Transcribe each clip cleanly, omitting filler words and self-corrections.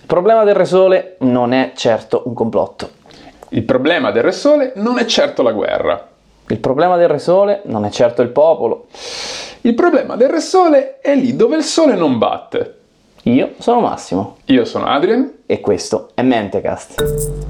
problema del Re Sole non è certo un complotto. Il problema del Re Sole non è certo la guerra. Il problema del Re Sole non è certo il popolo. Il problema del Re Sole è lì dove il sole non batte. Io sono Massimo. Io sono Adrien. E questo è Mentecast.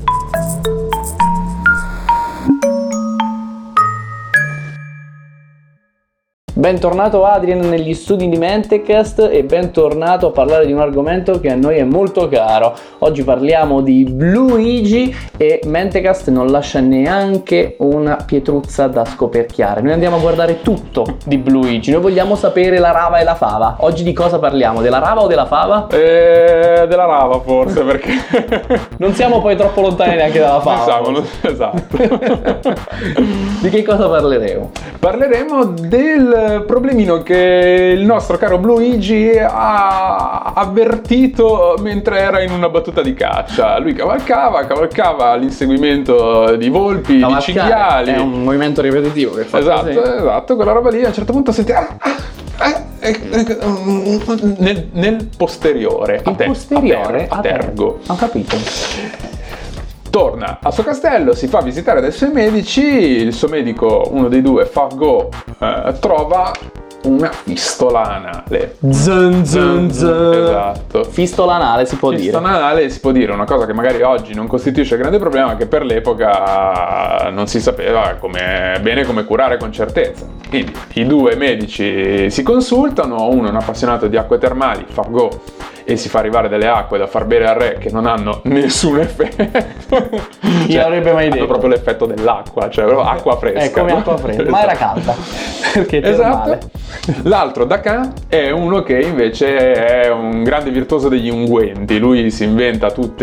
Bentornato Adrien negli studi di Mentecast e bentornato a parlare di un argomento che a noi è molto caro. Oggi parliamo di Bluigi e Mentecast non lascia neanche una pietruzza da scoperchiare. Noi andiamo a guardare tutto di Bluigi, noi vogliamo sapere la rava e la fava. Oggi di cosa parliamo? Della rava o della fava? Della rava forse, perché non siamo poi troppo lontani neanche dalla fava. Esatto. Di che cosa parleremo? Parleremo del problemino che il nostro caro Bluigi ha avvertito mentre era in una battuta di caccia. Lui cavalcava all'inseguimento di volpi, di cinghiali. È un movimento ripetitivo che fa esatto, quella roba lì a un certo punto sente nel posteriore, a tergo. Ho capito. Torna al suo castello, si fa visitare dai suoi medici, il suo medico, uno dei due, Fargo, trova una fistola anale. Esatto. Fistola anale si può dire. Fistola anale si può dire, una cosa che magari oggi non costituisce grande problema, che per l'epoca non si sapeva bene come curare con certezza. Quindi i due medici si consultano, uno è un appassionato di acque termali, Fargo, e si fa arrivare delle acque da far bere al re che non hanno nessun effetto. Chi avrebbe mai detto? Hanno proprio l'effetto dell'acqua, cioè acqua fresca. È come acqua fresca, ma era calda. Perché termale. L'altro Dakan è uno che invece è un grande virtuoso degli unguenti. Lui si inventa tutte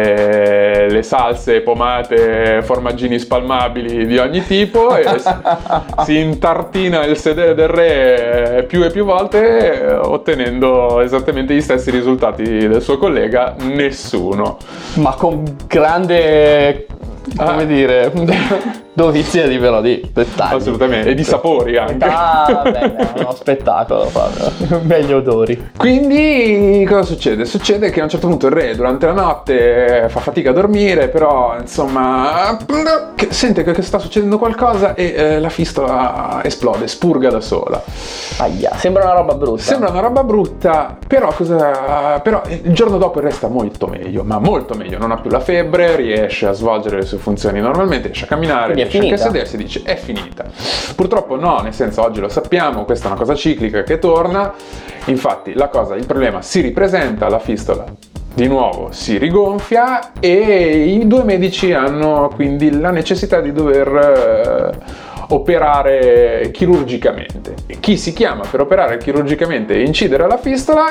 le salse, pomate, formaggini spalmabili di ogni tipo e si intartina il sedere del re più e più volte, ottenendo esattamente gli stessi risultati del suo collega, nessuno. Ma con grande, come dire, dovizia di dettagli. Assolutamente, e di sapori anche. Beh, uno spettacolo proprio, begli odori. Quindi cosa succede? Succede che a un certo punto il re durante la notte fa fatica a dormire, però insomma sente che sta succedendo qualcosa e la fistola esplode, spurga da sola. Ahia, sembra una roba brutta. Però il giorno dopo il re sta molto meglio, ma molto meglio, non ha più la febbre, riesce a svolgere le sue funzioni normalmente, riesce a camminare, riesce anche a sedersi, dice è finita. Purtroppo no, nel senso oggi lo sappiamo, questa è una cosa ciclica che torna, infatti il problema si ripresenta, la fistola di nuovo si rigonfia e i due medici hanno quindi la necessità di dover operare chirurgicamente. Chi si chiama per operare chirurgicamente e incidere la fistola?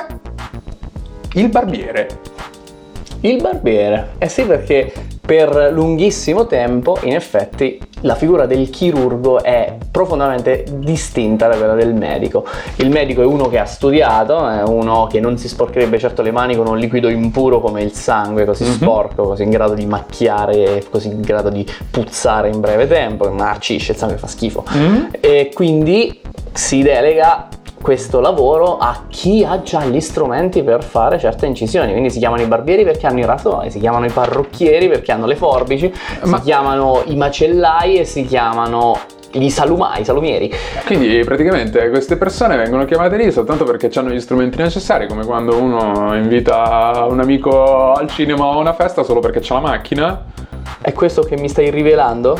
Il barbiere. Il barbiere, sì, perché per lunghissimo tempo in effetti la figura del chirurgo è profondamente distinta da quella del medico. Il medico è uno che ha studiato, è uno che non si sporcherebbe certo le mani con un liquido impuro come il sangue, così sporco, così in grado di macchiare, così in grado di puzzare in breve tempo, marcisce, il sangue fa schifo. E quindi si delega questo lavoro a chi ha già gli strumenti per fare certe incisioni. Quindi si chiamano i barbieri perché hanno i rasoi, si chiamano i parrucchieri perché hanno le forbici, si chiamano i macellai e si chiamano i salumieri. Quindi praticamente queste persone vengono chiamate lì soltanto perché hanno gli strumenti necessari, come quando uno invita un amico al cinema o a una festa solo perché c'ha la macchina. È questo che mi stai rivelando?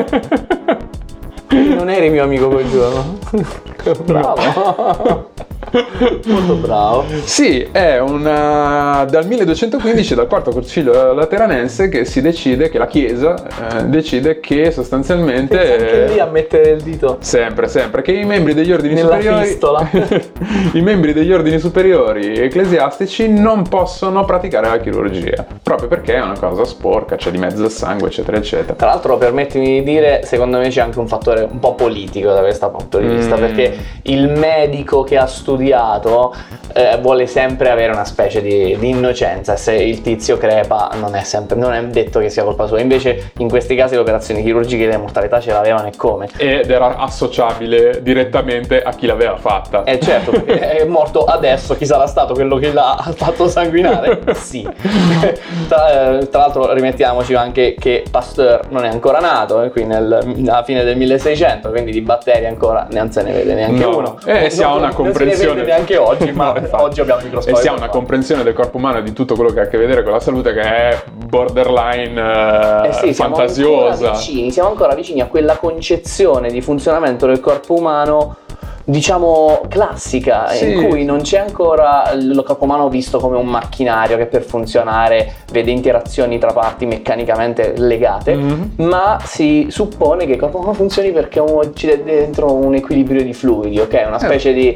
Non eri mio amico quel giorno. Bravo. Molto bravo. Sì, è dal 1215, dal quarto concilio lateranense, che si decide, che la Chiesa decide che sostanzialmente anche lì a mettere il dito sempre che i membri degli ordini nella superiori fistola. I membri degli ordini superiori ecclesiastici non possono praticare la chirurgia, proprio perché è una cosa sporca, c'è di mezzo il sangue, eccetera eccetera. Tra l'altro, permettimi di dire, secondo me c'è anche un fattore un po' politico da questo punto di vista, perché il medico che ha studiato studiato vuole sempre avere una specie di innocenza. Se il tizio crepa non è detto che sia colpa sua, invece in questi casi le operazioni chirurgiche la mortalità ce l'avevano e come. Ed era associabile direttamente a chi l'aveva fatta. Certo, perché è morto adesso, chi sarà stato quello che l'ha fatto sanguinare? Sì. Tra l'altro rimettiamoci anche che Pasteur non è ancora nato, quindi alla fine del 1600, quindi di batteri ancora non se ne vede neanche uno. Si ha una comprensione. Non se ne vede neanche oggi, ma oggi abbiamo il microscopio. E si ha una comprensione del corpo umano e di tutto quello che ha a che vedere con la salute che è borderline fantasiosa. Siamo ancora vicini a quella concezione di funzionamento del corpo umano, diciamo classica, in cui non c'è ancora il corpo umano visto come un macchinario che per funzionare vede interazioni tra parti meccanicamente legate, ma si suppone che il corpo umano funzioni perché c'è dentro un equilibrio di fluidi, ok? Una specie di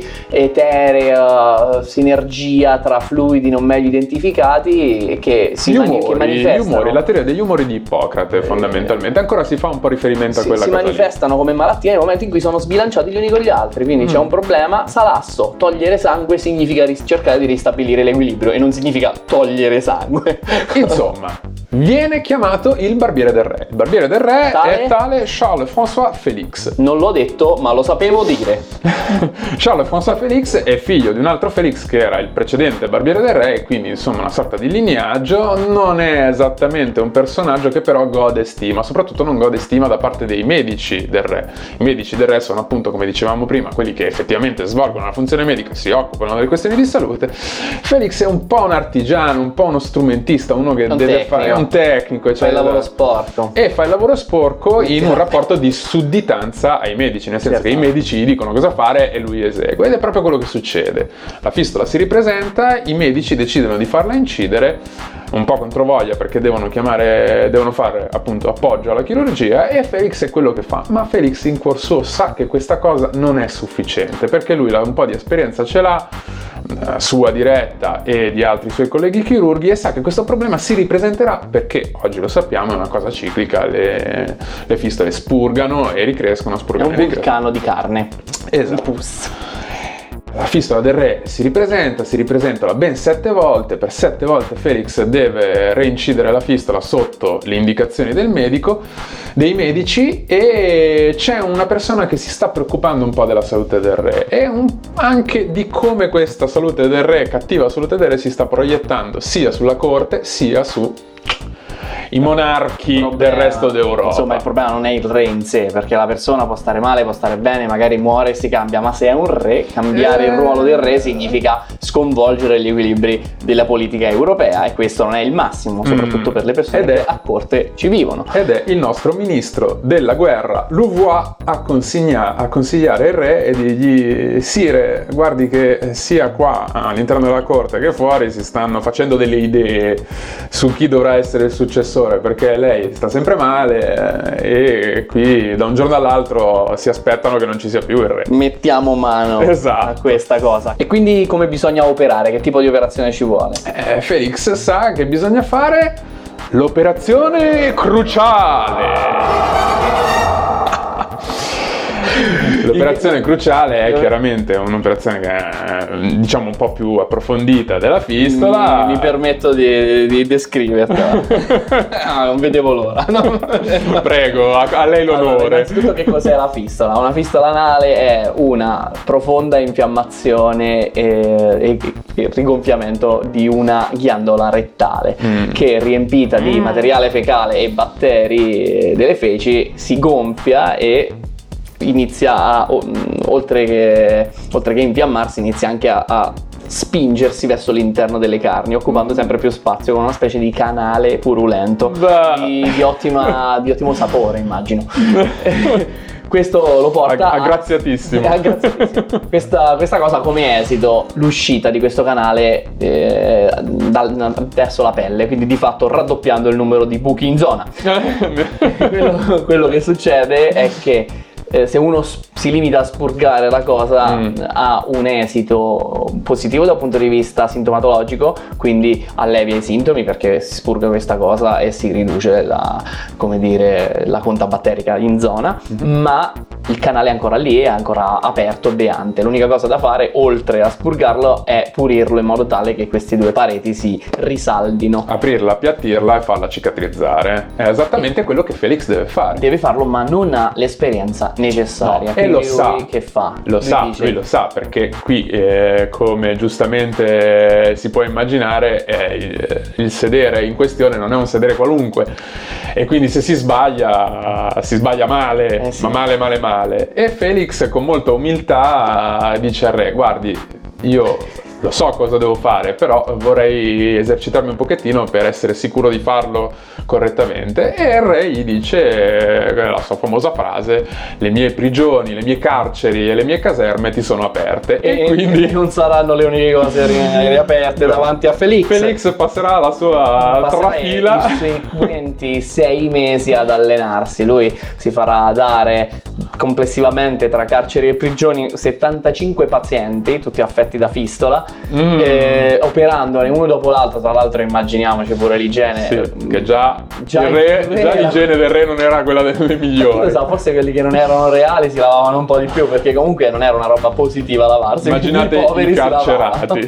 eterea sinergia tra fluidi non meglio identificati che manifestano. Gli umori, la teoria degli umori di Ippocrate fondamentalmente, ancora si fa un po' riferimento a quella cosa. Si manifestano come malattie nel momento in cui sono sbilanciati gli uni con gli altri, quindi c'è un problema, salasso, togliere sangue significa cercare di ristabilire l'equilibrio e non significa togliere sangue. Insomma, viene chiamato il Barbiere del Re. Il Barbiere del Re è tale Charles-François Félix. Non l'ho detto, ma lo sapevo dire. Charles-François Félix è figlio di un altro Félix che era il precedente Barbiere del Re, quindi insomma una sorta di lignaggio. Non è esattamente un personaggio che però gode stima, soprattutto non gode stima da parte dei medici del re. I medici del re sono appunto, come dicevamo prima, quelli che effettivamente svolgono la funzione medica, si occupano delle questioni di salute. Félix è un po' un artigiano, un po' uno strumentista, uno che è un tecnico, fa il lavoro sporco. E fa il lavoro sporco in un rapporto di sudditanza ai medici, nel senso che i medici gli dicono cosa fare e lui esegue, ed è proprio quello che succede. La fistola si ripresenta, i medici decidono di farla incidere, un po' controvoglia perché devono fare appunto appoggio alla chirurgia, e Félix è quello che fa. Ma Félix in cuor suo sa che questa cosa non è sufficiente, perché lui un po' di esperienza ce l'ha, sua diretta e di altri suoi colleghi chirurghi, e sa che questo problema si ripresenterà perché oggi lo sappiamo, è una cosa ciclica, le fistole spurgano e ricrescono, spurgano. È un vulcano di carne. Esatto. La fistola del re si ripresenta ben 7 volte, per 7 volte Félix deve reincidere la fistola sotto le indicazioni dei medici, e c'è una persona che si sta preoccupando un po' della salute del re e anche di come questa salute del re, cattiva salute del re, si sta proiettando sia sulla corte sia su i monarchi del resto d'Europa. Insomma, il problema non è il re in sé, perché la persona può stare male, può stare bene, magari muore e si cambia, ma se è un re, cambiare il ruolo del re significa sconvolgere gli equilibri della politica europea, e questo non è il massimo, soprattutto per le persone che a corte ci vivono. Ed è il nostro ministro della guerra, Louvois, a consigliare il re e dirgli: Sire, guardi che sia qua all'interno della corte che fuori si stanno facendo delle idee su chi dovrà essere il successore, perché lei sta sempre male e qui da un giorno all'altro si aspettano che non ci sia più il re. Mettiamo mano a questa cosa. E quindi come bisogna operare? Che tipo di operazione ci vuole? Félix sa che bisogna fare l'operazione cruciale. L'operazione cruciale è chiaramente un'operazione che è, diciamo, un po' più approfondita della fistola. Mi permetto di descriverla. Non vedevo l'ora. Prego, a lei l'onore. Allora, innanzitutto, che cos'è la fistola? Una fistola anale è una profonda infiammazione e rigonfiamento di una ghiandola rettale che, riempita di materiale fecale e batteri delle feci, si gonfia e inizia oltre che infiammarsi, inizia anche a spingersi verso l'interno delle carni, occupando sempre più spazio, con una specie di canale purulento di ottimo sapore, immagino. Questo lo porta aggraziatissimo. Questa cosa come esito l'uscita di questo canale verso la pelle, quindi di fatto raddoppiando il numero di buchi in zona. quello che succede è che se uno si limita a spurgare la cosa ha un esito positivo dal punto di vista sintomatologico, quindi allevia i sintomi perché si spurga questa cosa e si riduce la conta batterica in zona, ma il canale è ancora lì, è ancora aperto, beante. L'unica cosa da fare, oltre a spurgarlo, è pulirlo in modo tale che queste due pareti si risaldino. Aprirla, appiattirla e farla cicatrizzare. È esattamente quello che Felix deve fare. Deve farlo, ma non ha l'esperienza necessaria. No, e lo sa. Che fa? Lui lo sa, perché qui, come giustamente si può immaginare, il sedere in questione non è un sedere qualunque, e quindi se si sbaglia male, sì. ma male. E Felix con molta umiltà dice al re: guardi, io lo so cosa devo fare, però vorrei esercitarmi un pochettino per essere sicuro di farlo correttamente. E il re gli dice la sua famosa frase: le mie prigioni, le mie carceri e le mie caserme ti sono aperte, e quindi non saranno le uniche cose riaperte davanti a Felix. Felix passerà la sua trafila, i seguenti 6 mesi ad allenarsi. Lui si farà dare complessivamente tra carceri e prigioni 75 pazienti, tutti affetti da fistola, operandone uno dopo l'altro. Tra l'altro immaginiamoci pure l'igiene, sì, che già l'igiene del re non era quella delle migliori. Forse quelli che non erano reali si lavavano un po' di più, perché comunque non era una roba positiva lavarsi. Immaginate i carcerati.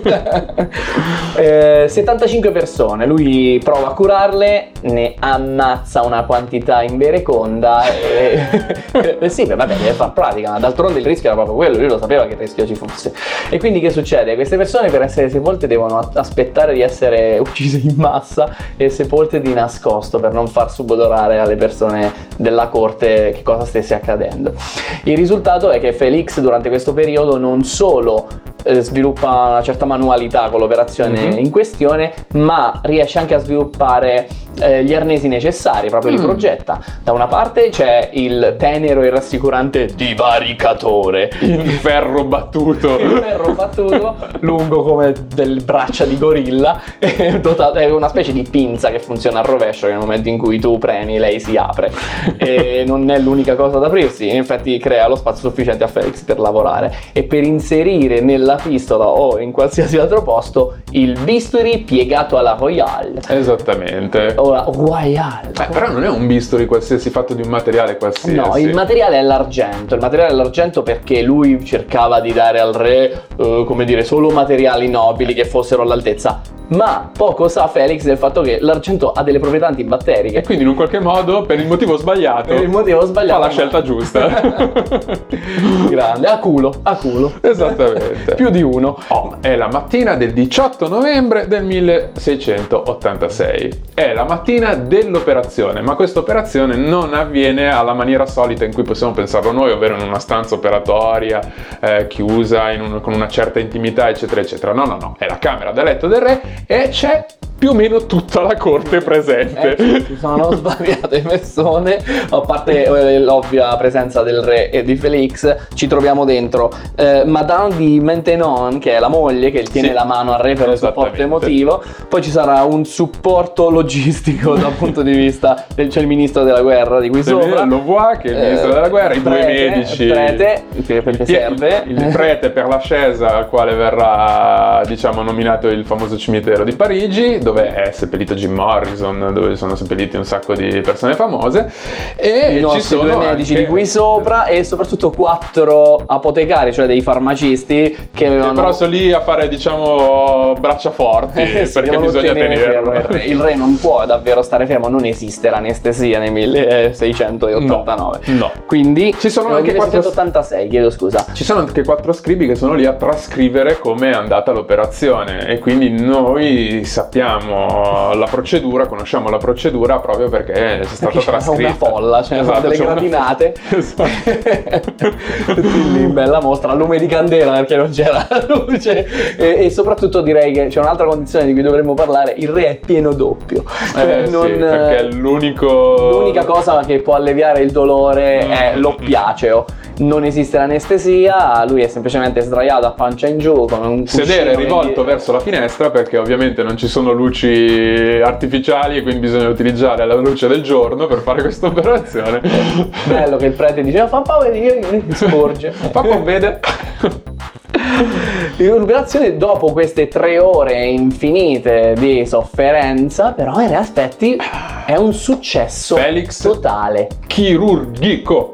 75 persone, lui prova a curarle, ne ammazza una quantità invereconda e sì, vabbè, deve far pratica, ma d'altronde il rischio era proprio quello, lui lo sapeva che il rischio ci fosse. E quindi che succede? Queste persone, per essere sepolte, devono aspettare di essere uccise in massa e sepolte di nascosto, per non far subodorare alle persone della corte che cosa stesse accadendo. Il risultato è che Felix durante questo periodo non solo sviluppa una certa manualità con l'operazione in questione, ma riesce anche a sviluppare gli arnesi necessari, proprio li progetta. Da una parte c'è il tenero e rassicurante divaricatore, il ferro battuto lungo come delle braccia di gorilla, è una specie di pinza che funziona al rovescio, che nel momento in cui tu premi lei si apre, e non è l'unica cosa ad aprirsi, infatti crea lo spazio sufficiente a Felix per lavorare e per inserire nella fistola o in qualsiasi altro posto il bisturi piegato alla royale. Esattamente. Royale. Però non è un bisturi qualsiasi, fatto di un materiale qualsiasi. No, il materiale è l'argento. Il materiale è l'argento perché lui cercava di dare al re, come dire, solo materiali nobili che fossero all'altezza. Ma poco sa Felix del fatto che l'argento ha delle proprietà antibatteriche. E quindi in un qualche modo, per il motivo sbagliato, fa la scelta giusta. Grande, a culo. Esattamente. Più di uno. È la mattina del 18 novembre del 1686. È la mattina dell'operazione, ma questa operazione non avviene alla maniera solita in cui possiamo pensarlo noi, ovvero in una stanza operatoria chiusa con una certa intimità, eccetera eccetera. No, è la camera da letto del re e c'è più o meno tutta la corte presente. Ci sono svariate persone, a parte l'ovvia presenza del re e di Felix. Ci troviamo dentro Madame di Maintenon, che è la moglie che tiene la mano al re per il supporto emotivo. Poi ci sarà un supporto logistico dal punto di vista c'è il ministro della guerra di qui sopra, Louvois, che è il ministro della guerra, i due medici, prete, perché serve il prete per l'ascesa, al quale verrà nominato il famoso cimitero di Parigi, dove è seppellito Jim Morrison, dove sono seppelliti un sacco di persone famose, e ci sono due medici di qui sopra e soprattutto 4 apotecari, cioè dei farmacisti che però sono lì a fare braccia forti perché bisogna tenerlo. Il re non può davvero stare fermo, non esiste l'anestesia nel 1689. No. Quindi ci sono anche 486, chiedo scusa. Ci sono anche 4 scribi che sono lì a trascrivere come è andata l'operazione, e quindi noi sappiamo la procedura, conosciamo la procedura proprio perché è stata trascritta. Una folla, delle gratinate. Lì bella mostra, a lume di candela perché non c'era luce, e soprattutto direi che c'è un'altra condizione di cui dovremmo parlare: il re è pieno doppio. Perché è l'unica cosa che può alleviare il dolore è l'oppiaceo. Non esiste l'anestesia, lui è semplicemente sdraiato a pancia in giù con un sedere rivolto verso la finestra, perché ovviamente non ci sono luci artificiali e quindi bisogna utilizzare la luce del giorno per fare questa operazione. Bello che il prete dice: papà vedi, sporge. Papà vede. L'operazione, dopo queste 3 ore infinite di sofferenza, però aspetti, È un successo Felix totale. Chirurgico,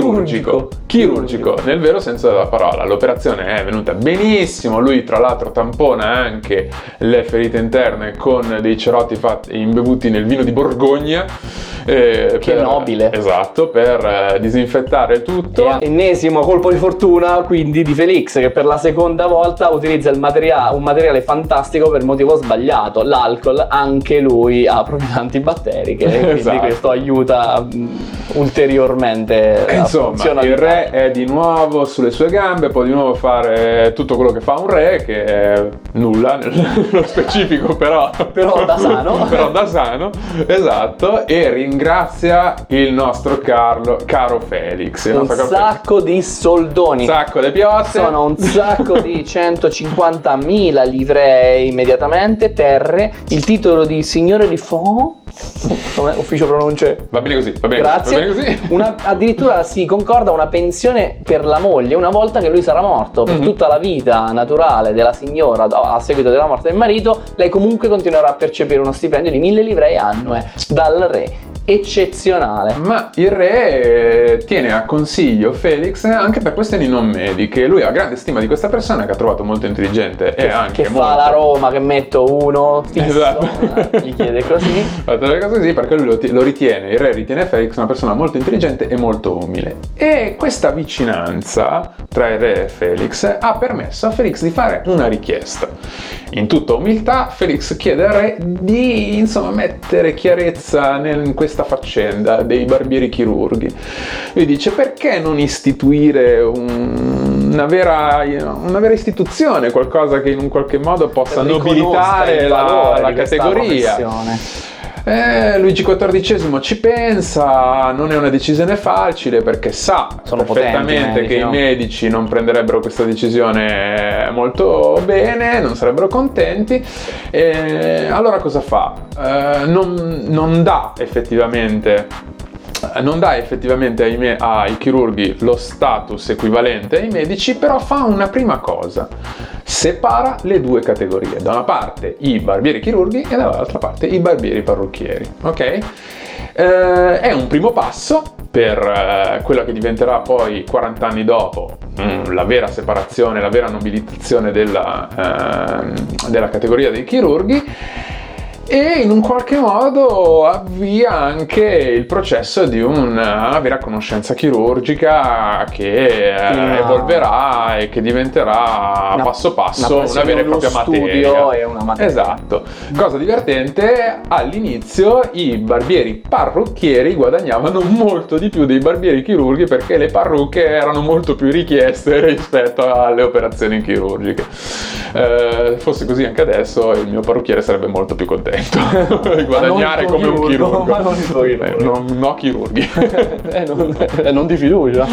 nel vero senso della parola. L'operazione è venuta benissimo, lui tra l'altro tampona anche le ferite interne con dei cerotti imbevuti nel vino di Borgogna. Che nobile. Esatto, per disinfettare tutto. Ennesimo colpo di fortuna quindi di Felix, che per la seconda volta utilizza un materiale fantastico per motivo sbagliato, l'alcol. Anche lui ha proprietà antibatteriche, quindi esatto. Questo aiuta ulteriormente la Insomma, il re è di nuovo sulle sue gambe, può di nuovo fare tutto quello che fa un re, che è nulla nello specifico, però da sano. Però da sano, esatto, e ringrazia il nostro caro Felix. Un sacco di soldoni. Un sacco di piozze. Sono un sacco di 150.000 livrei immediatamente, terre, il titolo di signore di Fon. Come ufficio pronunce? Va bene così, va bene. Grazie. Va bene così. Addirittura si concorda una pensione per la moglie una volta che lui sarà morto. Per tutta la vita naturale della signora a seguito della morte del marito, lei comunque continuerà a percepire uno stipendio di 1.000 livrei annue dal re. Eccezionale. Ma il re tiene a consiglio Felix anche per questioni non mediche. Lui ha grande stima di questa persona, che ha trovato molto intelligente e anche che molto... fa la Roma, che metto uno fisso, esatto. Gli chiede così. Così perché lui lo ritiene, il re ritiene Felix una persona molto intelligente e molto umile. E questa vicinanza tra il re e Felix ha permesso a Felix di fare una richiesta. In tutta umiltà Felix chiede al re di mettere chiarezza in questa faccenda dei barbieri chirurghi. Lui dice: perché non istituire una vera istituzione, qualcosa che in un qualche modo possa nobilitare la categoria. Luigi XIV ci pensa, non è una decisione facile perché sa perfettamente che i medici non prenderebbero questa decisione molto bene, non sarebbero contenti. Allora cosa fa? Non dà effettivamente ai chirurghi lo status equivalente ai medici, però fa una prima cosa: separa le due categorie, da una parte i barbieri chirurghi e dall'altra parte i barbieri parrucchieri, ok? È un primo passo per quella che diventerà poi 40 anni dopo la vera separazione, la vera nobilitazione della categoria dei chirurghi. E in un qualche modo avvia anche il processo di una vera conoscenza chirurgica che evolverà e che diventerà passo passo una vera e propria materia. E una materia. Esatto. Cosa divertente, all'inizio i barbieri parrucchieri guadagnavano molto di più dei barbieri chirurghi, perché le parrucche erano molto più richieste rispetto alle operazioni chirurgiche. Fosse così anche adesso, il mio parrucchiere sarebbe molto più contento di guadagnare come un chirurgo. Ma non no chirurghi. Non di fiducia.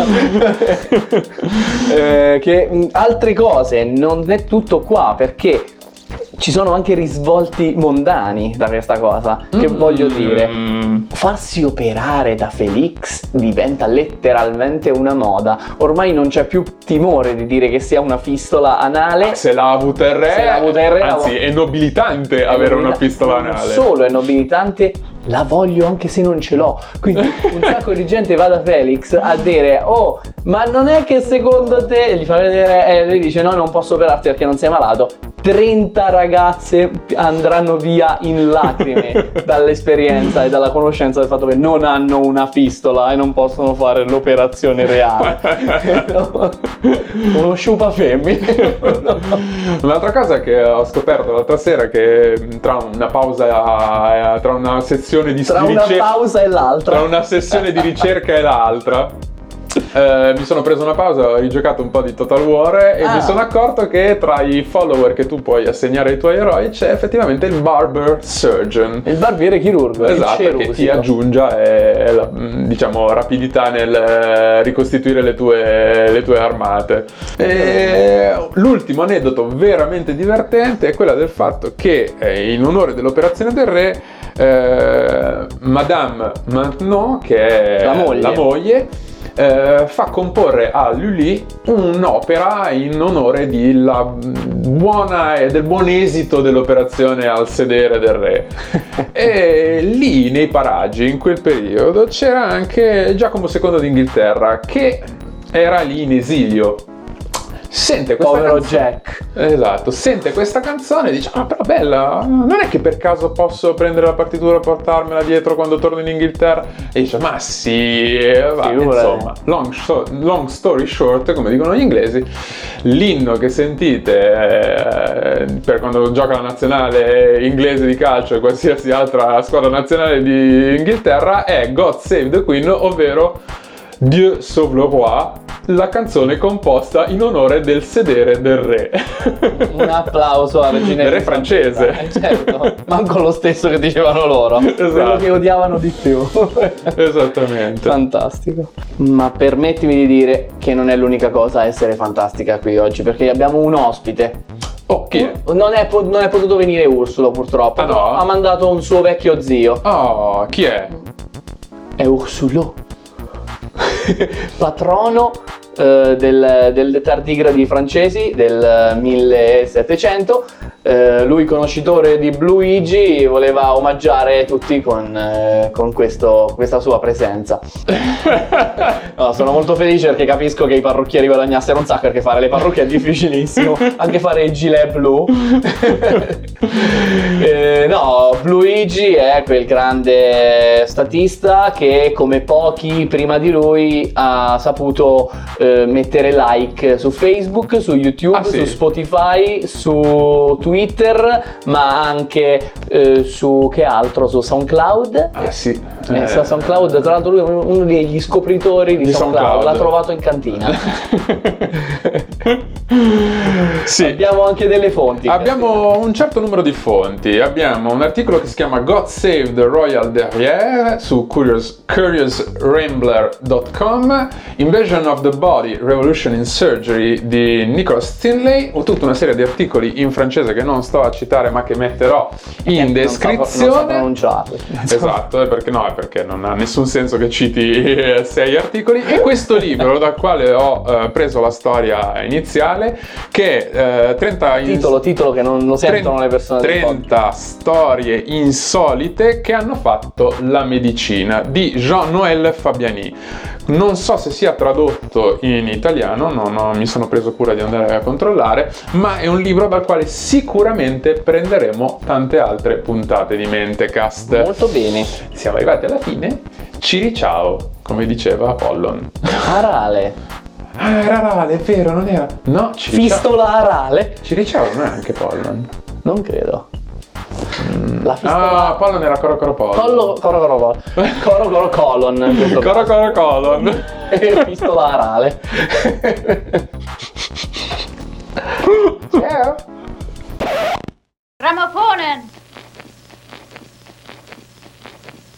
Che altre cose, non è tutto qua, perché ci sono anche risvolti mondani da questa cosa. Che voglio dire, farsi operare da Felix diventa letteralmente una moda. Ormai non c'è più timore di dire che sia una fistola anale. Se l'ha avuta il re, anzi è nobilitante avere una fistola anale. Non solo è nobilitante, la voglio anche se non ce l'ho. Quindi un sacco di gente va da Felix a dire: oh, ma non è che secondo te, e gli fa vedere, e lui dice: no, non posso operarti perché non sei malato. 30 ragazze andranno via in lacrime dall'esperienza e dalla conoscenza del fatto che non hanno una fistola e non possono fare l'operazione reale. Uno sciupa femmine. Un'altra cosa che ho scoperto l'altra sera, che tra una pausa, tra una sessione di pausa e l'altra, tra una sessione di ricerca e l'altra, mi sono preso una pausa, ho rigiocato un po' di Total War e mi sono accorto che tra i follower che tu puoi assegnare ai tuoi eroi c'è effettivamente il Barber Surgeon, il barbiere chirurgo. esatto, che ti aggiunga diciamo rapidità nel ricostituire le tue armate. E l'ultimo aneddoto veramente divertente è quella del fatto che in onore dell'operazione del re, Madame Maintenon, che è la moglie fa comporre a Lully un'opera in onore del buon esito dell'operazione al sedere del re. E lì nei paraggi, in quel periodo, c'era anche Giacomo II d'Inghilterra, che era lì in esilio. Sente questa povero canzone, Jack. Esatto, sente questa canzone e dice: ah, però bella, non è che per caso posso prendere la partitura e portarmela dietro quando torno in Inghilterra? E dice: ma sì, va, insomma, long story short, come dicono gli inglesi, l'inno che sentite per quando gioca la nazionale inglese di calcio e qualsiasi altra squadra nazionale di Inghilterra è God Save the Queen, ovvero Dieu sauve le roi, la canzone composta in onore del sedere del re. Un applauso alla regina del re francese. Certo, manco lo stesso che dicevano loro. Esatto. Quello che odiavano di più. Esattamente. Fantastico. Ma permettimi di dire che non è l'unica cosa a essere fantastica qui oggi, perché abbiamo un ospite. Oh, chi è? Non è potuto venire Ursulo, purtroppo. Ah, no? Ha mandato un suo vecchio zio. Oh, chi è? È Ursulo, patrono del tardigradi francesi del 1700. Lui, conoscitore di Luigi, voleva omaggiare tutti con questa sua presenza. No, sono molto felice perché capisco che i parrucchieri guadagnassero un sacco, perché fare le parrucche è difficilissimo, anche fare i gilet blu. No, Luigi è quel grande statista che, come pochi prima di lui, ha saputo mettere like su Facebook, su YouTube, sì, su Spotify, su Twitter, ma anche su che altro? Su SoundCloud. Ah sì. Su SoundCloud, tra l'altro lui è uno degli scopritori di SoundCloud, l'ha trovato in cantina. Sì. Abbiamo anche delle fonti. Abbiamo un certo numero di fonti. Abbiamo un articolo che si chiama God Save the Royal Derrière su curiousrambler.com, Invasion of the Body, Revolution in Surgery di Nicholas Stinley, o tutta una serie di articoli in francese che non sto a citare ma che metterò in descrizione. Non so pronunciarli. Esatto, perché non ha nessun senso che citi 6 articoli. E questo libro, dal quale ho preso la storia iniziale, che è titolo che non sentono le persone. 30 storie insolite che hanno fatto la medicina, di Jean-Noël Fabiani. Non so se sia tradotto in italiano, non mi sono preso cura di andare a controllare, ma è un libro dal quale sicuramente prenderemo tante altre puntate di Mentecast. Molto bene. Siamo arrivati alla fine. Ciri ciao, come diceva Apollon. Arale. Ah, era Arale, è vero, non era? No, Fistola arale. Ciri ciao non è anche Pollon. Non credo. La fistola... Ah, Pollon era Coro Pollon. Coro colon. Coro colon. Fistola arale. Ciao.